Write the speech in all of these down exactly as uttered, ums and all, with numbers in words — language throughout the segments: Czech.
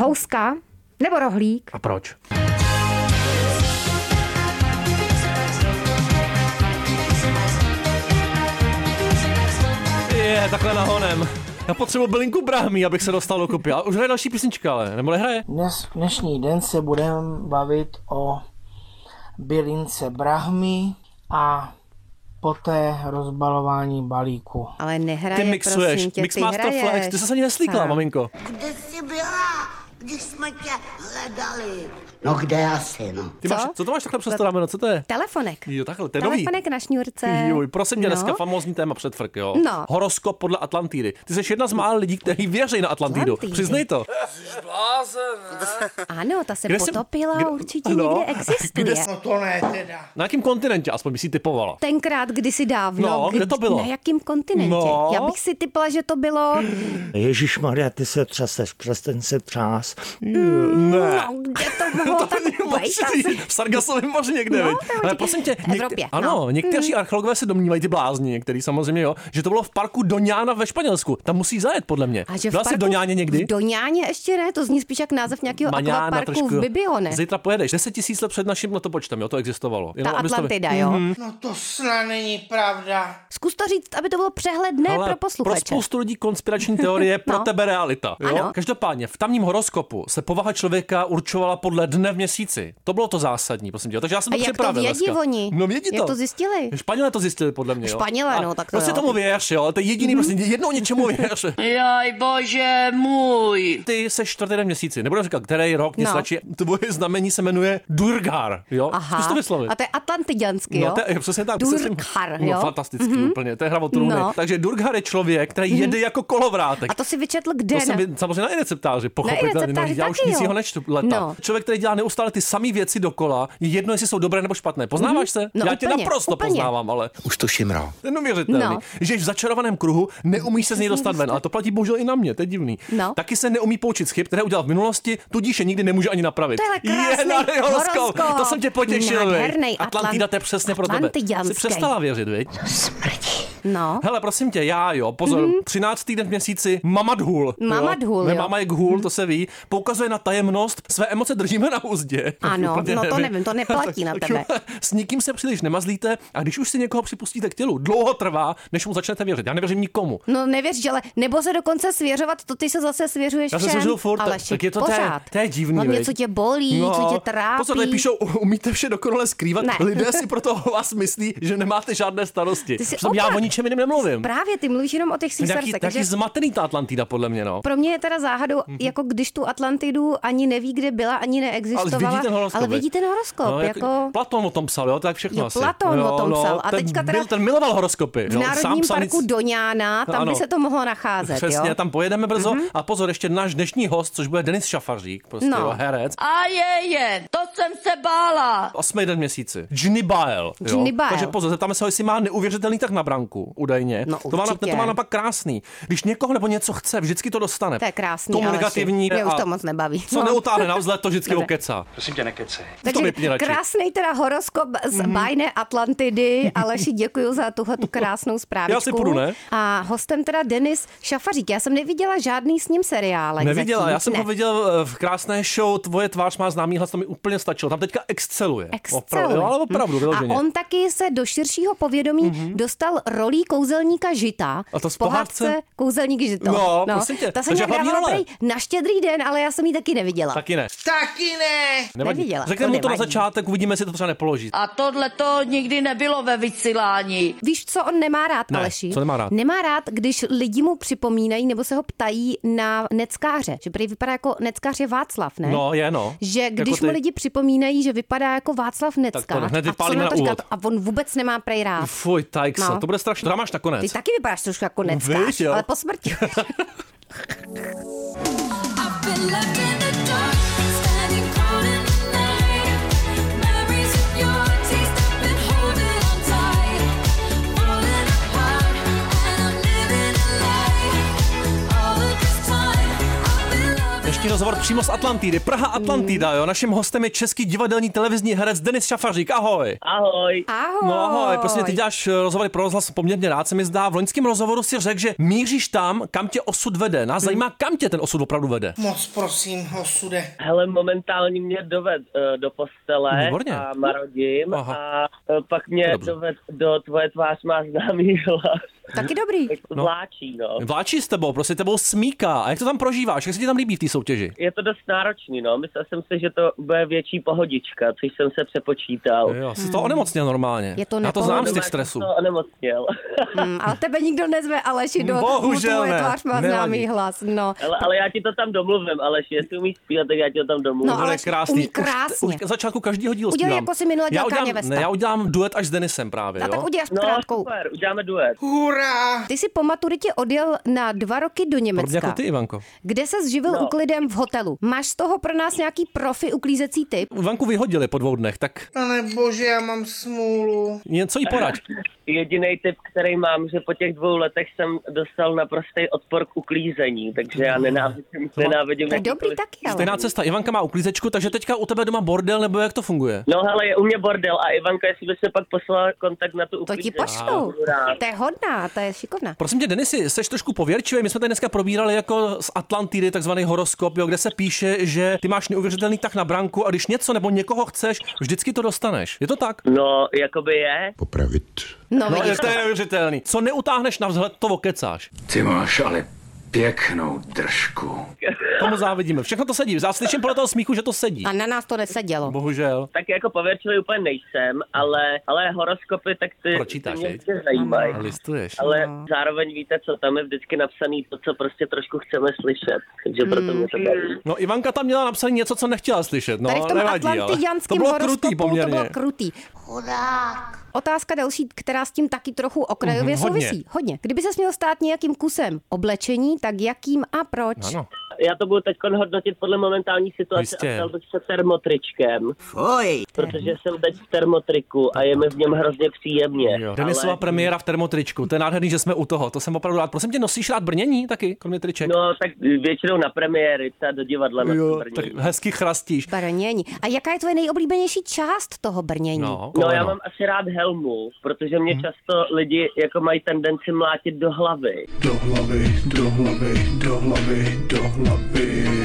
houska nebo rohlík? A proč? Je, takhle nahonem. Já potřebuji bylinku brahmí, abych se dostal do kopy. A už hraje další písnička, ale nebo nehraje? Dnes, dnešní den se budeme bavit o bylince brahmy a poté rozbalování balíku. Ale nehraje, ty mixuješ, prosím tě, Mixmaster ty hraješ. Flex, ty se ani neslíkla, maminko. Kde jsi byla, když jsme tě hledali? No kde asi, no. Ty Co? máš, co to máš takhle přes to rameno, co to je? Telefonek. Jo, takhle, to je nový. Telefonek na šňůrce. Jo, prosím tě, No. dneska famózní téma předfrk, jo. No. Horoskop podle Atlantidy. Ty jsi jedna z mála lidí, kteří věří na Atlantidu. Atlantidy. Přiznej to. Ano, ta se Kde jsi- potopila, kde- určitě no. někde existuje. Kde jsi- No to ne teda. Na jakém kontinentě aspoň by si typovala? Tenkrát kdysi dávno. No, kde to bylo? Na jakém kontinentě? No. Já bych si typla, že to bylo... Ježišmarja, ty se třeseš, přestaň se třás. Ne. No, kde to mohlo tak být? Asi... V Sargasovém moři někde, No, viď? to je Ale určitě. prosím tě, V Evropě, ano, no. někteří archeologové se domnívají, ty blázni, některý samozřejmě, jo, že to bylo v parku Doňána ve Španělsku. Tam musí zajet, podle mě. A že v Byla jsi v parku- Doňáně někdy? V Doňáně ještě ne, to zní spíš jak název nějakého Maňána akvaparku trošku. v Bibione. Zítra pojedeš. Deset tisíc let před naším letopočtem, jo, to existovalo. Ta Jenom, abys to- Atlantida, jo. Mhm. No to snad není pravda. Zkus to říct, aby to bylo přehledné Ale pro pro posluchače. spoustu lidí konspirační teorie, pro No. tebe realita. Jo? Ano. Každopádně v tamním horoskopu se povaha člověka určovala podle dne v měsíci. To bylo to zásadní, prosím tě. Takže já jsem A to jak to připravil vědí dneska. oni? No vědí to. Jak to zjistili? Španělé to zjistili podle mě, jo. Španělé, A no, tak to prostě jo. tomu věř, jo. To je jediný, prostě jednou něčemu věř. Jaj, bože můj. Ty seš čtvrtý den v měsíci. Nebudu říkat, který rok, nic No. radši. Tvoje znamení se jmenuje Durgar, jo. Aha. Zkus to vyslovit. A to je atlantiďanský, jo? No, to je přesně tak. Durgar, no, jo? fantastický mm-hmm. úplně, to je hra o trůny. No. Takže Durgar je člověk, který jede jako kolovrátek. A to si vyčetl kde? To jsem vy- samozřejmě na receptáři, pochopitelně. receptáři Já už taky, nic jo. jiného nečtu leta. No. Člověk, který dělá neustále ty samé věci dokola, je jedno, jestli jsou dobré nebo špatné. Poznáváš se? No, Já tě úplně, naprosto úplně. poznávám, ale Už to šimrá. to je neuvěřitelný. No. Že v začarovaném kruhu neumíš se z něj dostat ven, ale to platí bohužel i na mě, to je divný. No. Taky se neumí poučit z chyb, které udělal v minulosti, tudíž je nikdy nemůže ani napravit. To je krásný je na horoskop. horoskop. To jsem tě potěšil, viď? Nádhernej Atlantida, to je přesně pro tebe. Jsi atlantiďanský. přestala věřit, viď? No. Hele, prosím tě, já jo, pozor, mm-hmm. třináctý den v měsíci Mamadhul. Mamadhul, jo. jo. Mama je ghul, to se ví, poukazuje na tajemnost, své emoce držíme na úzdě. Ano, Úplně no to nevím, to neplatí na tebe. S nikým se příliš nemazlíte a když už si někoho připustíte k tělu, dlouho trvá, než mu začnete věřit. Já nevěřím nikomu. No nevěř, ale nebo se dokonce svěřovat, to ty se zase svěřuješ Já se všem. svěřuju furt, ale tak- tak je to té- pořád. té divný, Hlavně, viď? co tě bolí, co tě trápí. Pozor, tady píšou, umíte vše dokonale skrývat. Ne. Lidé si proto o vás myslí, že nemáte žádné starosti. Ty si Přitom já opak. o ničem jiném nemluvím. Právě ty mluvíš jenom o těch svých Nějaký, srdcech. nějaký takže zmatený ta Atlantida, podle mě, no. pro mě je teda záhadou, mm-hmm. jako když tu Atlantidu ani neví, kde byla, ani neexistovala. Ale vidí ten horoskop. ale vidí veď? ten horoskop. No, jako... Platon o tom psal, jo, tak všechno Jo, asi. Platon jo, o tom no, psal. A ten, teďka teda byl, ten miloval horoskopy. V jo, Národním sám psal parku nic- Doňána, tam Ano. by se to mohlo nacházet. Přesně, jo? tam pojedeme brzo. Mm-hmm. A pozor, ještě náš dnešní host, což bude Denis Šafařík, prostě No. jo, herec. A je, je, to jsem se bála. Osmý den měsíci. Ginny Bile. jo. Ginny Bile. Takže pozor, zeptáme se ho, jestli má neuvěřitelný tak na branku, údajně. No, to má, na- určitě. to má napak krásný. Když někoho nebo něco chce, vždycky to dostane. To je krásný, Komunikativní. Aleši. Mě už a to moc nebaví. Co No. neutáhne na vzhled, to vždycky Dobře. okeca. Prosím tě, nekecej. To Takže vypni radši. krásný teda horoskop z Mhm. bájné Atlantidy. Aleši, děkuji za tuhle tu krásnou zprávičku. Já si půjdu, ne? A hostem teda Denis Šafařík. Já jsem neviděla žádný s ním seriálek. Neviděla, zatím. já jsem ne. ho viděl eh, v krásné show Tvoje tvář má známý hlas, to mi úplně stačilo. Tam teďka exceluje. Exceluje. Opravdu, jo, ale opravdu, A vyloženě. on taky se do širšího povědomí mm-hmm. dostal rolí kouzelníka Žita. A to v z pohádce? pohádce Kouzelník Žito. No, prosím tě, Ta se takže nějak hlavní dávala role. prej na Štědrý den, ale já jsem ji taky neviděla. Taky ne. Taky ne. Nevadí. Neviděla, Řekne to mu to na nevadí. začátek, uvidíme, jestli to třeba nepoloží. A tohle to nikdy nebylo ve vysílání. Víš, co on nemá rád, Ne, Aleši? co nemá rád? Nemá rád, když lidi mu připomínají nebo se ho ptají na neckáře. Že prý vypadá jako neckář je Václav, ne? No, je no. Že když Jako ty. mu lidi připomínají, že vypadá jako Václav Neckář, hned a co vypálíme na na to říká, úvod. a on vůbec nemá prej rád. Fuj, tajksa, No. to bude strašné. To dámáš nakonec. Ty taky vypadáš trošku jako Neckář, Víš, jo. ale po smrti. Ještě rozhovor přímo z Atlantidy. Praha Atlantida, jo. Naším hostem je český divadelní televizní herec Denis Šafařík. Ahoj. Ahoj. Ahoj. No ahoj, prostě ty děláš rozhovory pro rozhlas poměrně rád, se mi zdá. V loňském rozhovoru si řekl, že míříš tam, kam tě osud vede. Nás zajímá, kam tě ten osud opravdu vede. Moc prosím, osude. Hele, momentálně mě doved uh, do postele Výborně. a marodím. Aha. A uh, pak mě doved do Tvoje tvář má známý hlas. Taky dobrý. Tak to No. vláčí, no. Vláčí s tebou, prostě tebou smíká. A jak to tam prožíváš? Jak se ti tam líbí v té soutěži? Je to dost náročný, no. Myslel jsem si, že to bude větší pohodička, což jsem se přepočítal. Jo, jsi to onemocněl normálně. Je to Já to nepohodlné. znám z těch stresů. To onemocněl. Hmm, ale tebe nikdo nezve, Aleši, do Bohužel Tvoje ne. tvář má Nevadí. známý hlas. No. ale, ale já ti to tam domluvím, Aleš, jestli umíš zpívat, tak já ti to tam domluvím. No, To je ale krásný. umí Už- krásně. Už, na začátku každého dílu Udělej, zpívám. jako si minule já dělal udělám, Káně Vesta. ne, já udělám duet až s Denisem právě, No, jo? tak uděláš No, krátkou. super, uděláme duet. Hurá! Ty si po maturitě odjel na dva roky do Podobně Německa. jako ty, Ivanko. Kde se zživil No. úklidem v hotelu. Máš z toho pro nás nějaký profi uklízecí tip? Ivanku vyhodili po dvou dnech, tak Pane bože, já mám smůlu. něco jí poraď. Jediný tip, který mám, že po těch dvou letech jsem dostal naprostý odpor k uklízení, takže já nenávidím, nenávidím To je dobrý jakýkoliv- taky, ale. Stejná cesta. Ivanka má uklízečku, takže teďka u tebe doma bordel, nebo jak to funguje? No hele, je u mě bordel a Ivanka, jestli bys mi pak poslala kontakt na tu To uklízení. ti pošlu. Budu rád. To je hodná, to je šikovná. Prosím tě, Denisi, jsi trošku pověrčivý. My jsme tady dneska probírali jako z Atlantidy, takzvaný horoskop, jo, kde se píše, že ty máš neuvěřitelný tah na branku a když něco nebo někoho chceš, vždycky to dostaneš. Je to tak? No, jakoby je. Popravit. No, No, je vidíš to je neuvěřitelný. Co neutáhneš na vzhled, to okecáš. Ty máš ale pěknou držku. Tomu závidíme. Všechno to sedí. Já slyším podle toho smíchu, že to sedí. A na nás to nesedělo. Bohužel. Tak jako pověrčivý úplně nejsem, ale, ale horoskopy, tak ty, Pročítáš, ty mě viď? vždycky zajímají. Listuješ. Ale zároveň víte, co tam je vždycky napsaný, to, co prostě trošku chceme slyšet. Takže proto mě to baví. No, Ivanka tam měla napsaný něco, co nechtěla slyšet. No, Tady v tom nevadí, ale atlantidianském to bylo horoskopu krutý poměrně. to bylo krutý. Chudák. Otázka další, která s tím taky trochu okrajově Mhm, hodně. souvisí. Hodně. Kdyby se směl stát nějakým kusem oblečení, tak jakým a proč? Ano. Já to budu teď hodnotit podle momentální situace Jistě. a stal bych se termotričkem, Fuj. protože jsem teď v termotriku a je mi v něm hrozně příjemně. Jo. Denisova premiéra v termotričku. To je nádherný, že jsme u toho. To jsem opravdu rád. Prosím tě, nosíš rád brnění taky, kromě triček? No, tak většinou na premiéry, třeba do divadla na Jo, brnění. tak hezky chrastíš. Brnění. A jaká je tvoje nejoblíbenější část toho brnění? No, No, koleno. já mám asi rád helmu, protože mě Mhm. často lidi jako mají tendenci mlátit do hlavy. Do hlavy, do hlavy, do hlavy, do hlavy.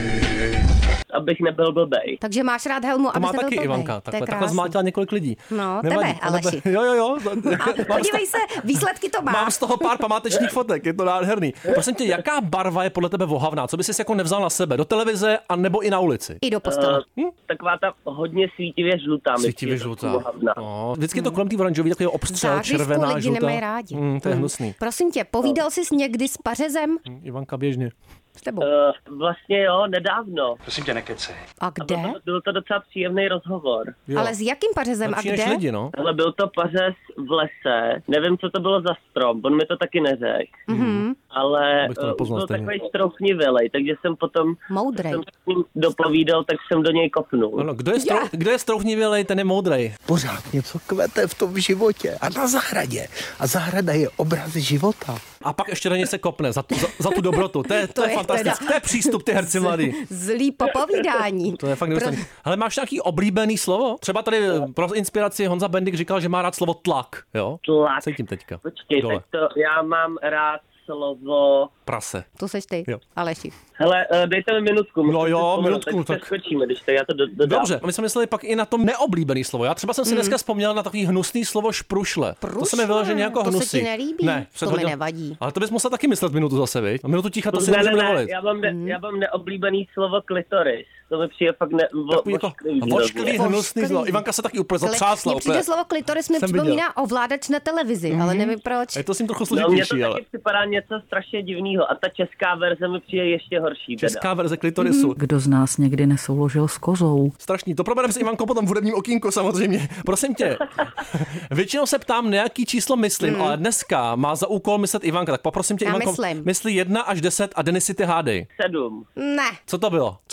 Abych nebyl blbej. Takže máš rád helmu, To abys má nebyl taky blbej. Ivanka. To je Takhle, takhle krásný. zmátila několik lidí. No, Nevadí, tebe, Aleši. Jo, jo, jo. A podívej se, výsledky to má. Mám z toho pár památečních fotek, je to nádherný. Prosím tě, jaká barva je podle tebe vohavná? Co bys si jako nevzal na sebe? Do televize a nebo i na ulici? I do postele. Uh, taková ta hodně svítivě žlutá. mi Svítivě přijde žlutá. vohavna. No, vždycky je to kolem té oranžový, takový obstřel, Zářivku červená, lidi žlutá. nemají rádi. Mm, to je Hmm. hnusný. Prosím tě, povídal jsi někdy s pařezem? Ivanka běžně. S tebou. Uh, vlastně jo, nedávno. Prosím tě, nekecej. A kde? Byl to, byl to docela příjemný rozhovor. Jo. Ale s jakým pařezem a Lepší než kde? lidi, no. Ale byl to pařez v lese, nevím, co to bylo za strom, on mi to taky neřekl. Mhm. Ale Bych to uh, nepoznal byl stejně. takový strouchnivělej, takže jsem potom Moudrej. jsem s ním dopovídal, tak jsem do něj kopnul. Ano, kdo je, strou, kdo je strouchnivělej, ten je moudrej. Pořád něco kvete v tom životě a na zahradě. A zahrada je obraz života. A pak ještě na něj se kopne za tu, za, za tu dobrotu. To je, to To je je fantastické. teda- To je přístup ty herci mladý. Zlý popovídání. To je fakt neuvěřitelné. Hele, máš nějaký oblíbený slovo? Třeba tady pro inspiraci Honza Bendik říkal, že má rád slovo tlak, jo? Tlak. Cítím teďka. Počkej, Dole. tak to já mám rád slovo... Prase. To seš ty, Jo. Aleši. Hele, uh, dejte mi minutku. musím No si jo, vzpomenout, minutku, tak. tak- Skočíme, když to já to do, dodám. Dobře, my jsme mysleli pak i na to neoblíbený slovo. Já třeba jsem si dneska vzpomněl na takový hnusný slovo šprušle. To se mi vyloženě jako To se hnusí. ti nelíbí? Ne, To mi předhodil- nevadí. Ale to bys musel taky myslet minutu zase, viď? A minutu ticha to si ne, ne, nemůžeme ne, dovolit. já mám, ne, já mám neoblíbený slovo klitoris. To mi přijde fakt ne, vo, Takový jako vošklivý vošklivý, hrozně. hnusný slovo. Ivanka se taky úplně Kli- zatřásla. Mně přijde Úplně. slovo klitoris, mi Jsem připomíná ovládač na televizi, ale nevím proč. Je to s tím trochu No, mně to složitější, ale taky připadá něco strašně divného a ta česká verze mi přijde ještě horší. Teda. česká verze klitorisu. Kdo z nás někdy nesouložil s kozou? Strašný. To probereme s Ivankou potom v hudebním okýnku samozřejmě. Prosím tě, většinou se ptám, na jaký číslo myslím, hmm. ale dneska má za úkol myslet Ivanka. Tak poprosím tě, Já Ivanko, myslím. myslí jedna až deset a Denis si ty hádej. Sedm. Ne, Co to bylo?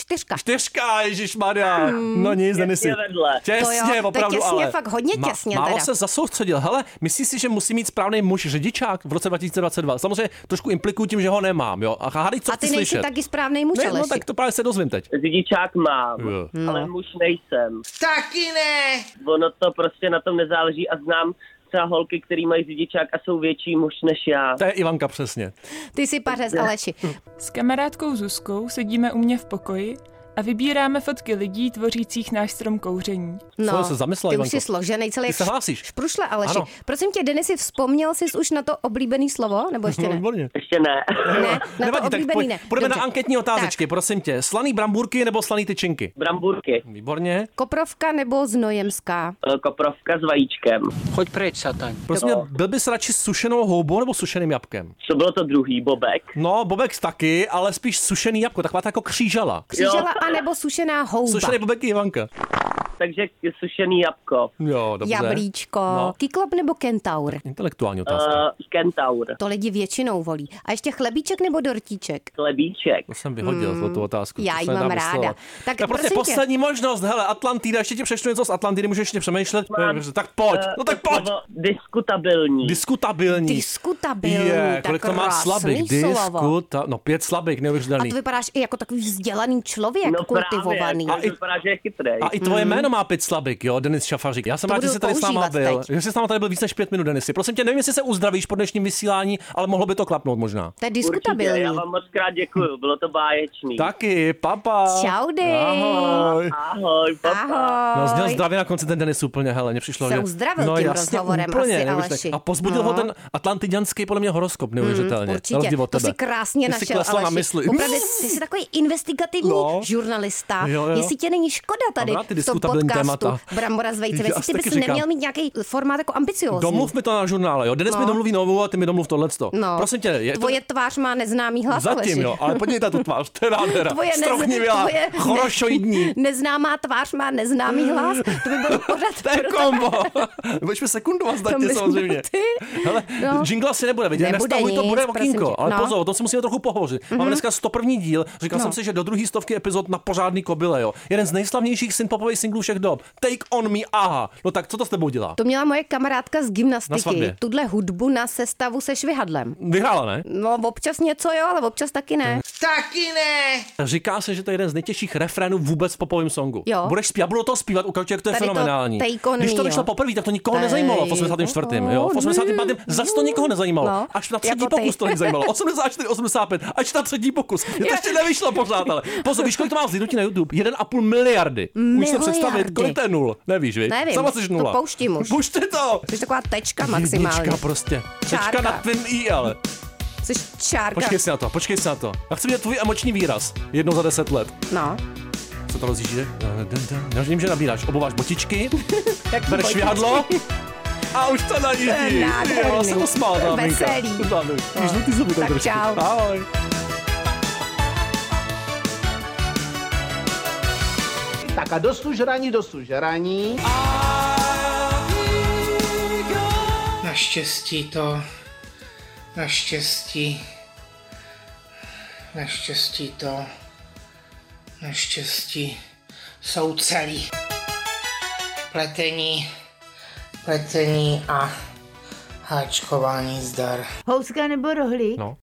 čtyřka. Čtyřka, ježišmarja. Hmm. No nic, Denisy. Těsně vedle. Těsně, to opravdu, je těsně, ale. fakt hodně těsně Ma, málo teda. se zasoustředil. Hele, myslíš si, že musí mít správný muž řidičák v roce dva tisíce dvacet dva? Samozřejmě trošku implikuju tím, že ho nemám, jo. A hádej, co A ty chci nejsi slyšet. taky správnej muž, Ne, no Aleši. tak to právě se dozvím teď. Řidičák mám, Jo. ale muž nejsem. Taky ne. Ono to prostě na tom nezáleží a znám třeba holky, který mají řidičák a jsou větší muž než já. To je Ivanka přesně. Ty jsi pařez, Aleši. S kamarádkou Zuzkou sedíme u mě v pokoji a vybíráme fotky lidí tvořících náš strom kouření. No, se zamyslela, ty Ivanko. už jsi složenej celý. Ty se hlásíš. Šprušle, Aleši. Ano. Prosím tě, Denisy, vzpomněl jsi už na to oblíbený slovo, nebo ještě No, ne? výborně. Ještě ne. Ne, na to Nevadí, tak oblíbený pojď, ne. půjdeme Dobře. na anketní otázečky, prosím tě. Slaný brambůrky nebo slaný tyčinky? Bramburky. Výborně. Koprovka nebo znojemská? Koprovka s vajíčkem. Choď pryč, sataň. Prosím mě, byl bys radši s sušenou houbou nebo sušeným jabkem? Co bylo to druhý, bobek? No, bobek taky, ale spíš sušený jabko, taková ta jako křížala. Křížela anebo sušená houba? Sušený bobek je Ivanka. Takže sušený jabko. Jo, dobře. Jablíčko. No. Kyklop nebo kentaur? Intelektuální otázka. Uh, kentaur. To lidi většinou volí. A ještě chlebíček nebo dortíček? Chlebíček. To jsem vyhodil, mm, tu otázku. já to ji se mám nedá ráda. vyslovovat. Tak Tak prostě prosím tě. poslední možnost, hele, Atlantida, ještě ti přečtu něco z Atlantidy, můžeš ještě přemýšlet. Mám, Tak pojď, uh, no tak pojď. slovo Diskutabilní. Diskutabilní. Diskutabilní. Je, tak kolik to má krásný slabik? slovo. Diskuta, no pět slabik, A neuvěřitelný. to vypadáš i jako takový vzdělaný člověk, No kultivovaný. právě, to vypadá, že je chytrej. A i tvoje jméno má pět slabik, jo, Denis Šafařík. Já jsem To rád, že budu jsi tady s náma používat byl. teď. Že jsi s náma tady byl víc než pět minut, Denisy. Prosím tě, nevím, jestli se uzdravíš po dnešním vysílání, ale mohlo by to klapnout možná. To je Určitě, diskutabilní. já vám moc krát děkuju, bylo to báječný. Taky, papa. Čaudy. Ahoj. Ahoj, papa. Ahoj. No, zněl zdravě na konci ten Denis úplně, hele, mě přišlo, Se že... uzdravil no, tím jasně, rozhovorem úplně, asi, neuvěřitelně. Aleši. A pozbudil No. ho ten atlantiďanský, podle mě, horoskop, neuvěřitelně. Mm, určitě, Na rozdíl od to tebe. si krásně Ty jsi našel, klesla na Aleši. mysli. Opravdu, ty jsi takový investigativní No. žurnalista. Jo, jo. Jestli tě není škoda tady Mám rád ty v tom diskutabilní podcastu témata. Brambora s vejcem, Já jestli si ty bys taky říkám. neměl mít nějaký formát jako ambiciózní. Domluv mi to na žurnále, jo. Denis No. mi domluví novou a ty mi domluv tohleto. No. Prosím tě, je to... Tvoje tvář má neznámý hlas, Zatím, Aleši. jo, ale podívejte tu tvář, to je nádhera. Tvoje, nez... Strochnivělá, tvoje chorošoidní. neznámá tvář má neznámý hlas. To by byl pořád To je pro kombo. Pojďme sekundu vás To dát bys samozřejmě. byl ty. Hele, No. jingle asi nebude, vidět, Nebude nestavuj to, nic, bude prosím okýnko. tě. Ale No. pozor, o tom si musíme trochu pohovořit. Mm-hmm. Máme dneska sto první díl, říkal No. jsem si, že do druhé stovky epizod na pořádný kobyle, jo. Jeden z nejslavnějších synpopových singlů všech dob. Take on me, aha. No tak co to s tebou dělá? To měla moje kamarádka z Na gymnastiky. svatbě. Tuhle hudbu na sestavu se švihadlem. Vyhrála, ne? No občas něco jo, ale občas taky ne. Taky ne. Říká se, že to je jeden z nejtěžších refrénů vůbec v popovém songu. Jo. Budeš zpívat, budu to zpívat, ukážu, jak to je Tady to fenomenální. Take on Když to me, vyšlo jo. poprvé, tak to nikoho Take nezajímalo v osmdesátém čtvrtém Jo, v osmdesátém pátém zas to nikoho nezajímalo. No, Až na třetí jako ty. pokus to nezajímalo. osmdesát čtyři, osmdesát pět až na třetí pokus. Mě to ještě nevyšlo pořád, ale pozor, víš, kolik to má vzhlednutí na YouTube? jeden a půl miliardy. Můžeš si představit, Miliardy. kolik to je nul. Nevíš, víš? Nevím, Sama jsi nula. to pouštím už. Pušti to. Jsi taková tečka maximálně. Jednička prostě. Čárka. Tečka na ten i, ale. Jsi čárka. Počkej si na to, počkej si na to. Já chci vidět tvůj emoční výraz. Jednou za deset let. No. Co to rozjíždí? Já vím, že nabíráš. Obuváš botičky, Jak bereš švihadlo a už to najíždí. To je nádherný. Já se usmál, záminka. Veselý. Víš, no ty zuby Tak trošku. čau. Ahoj. Tak a dostu žraní, dostu žraní. Naštěstí to, naštěstí, naštěstí to, naštěstí jsou celý. Pletení, pletení a háčkování zdar. Houska nebo rohlík? No.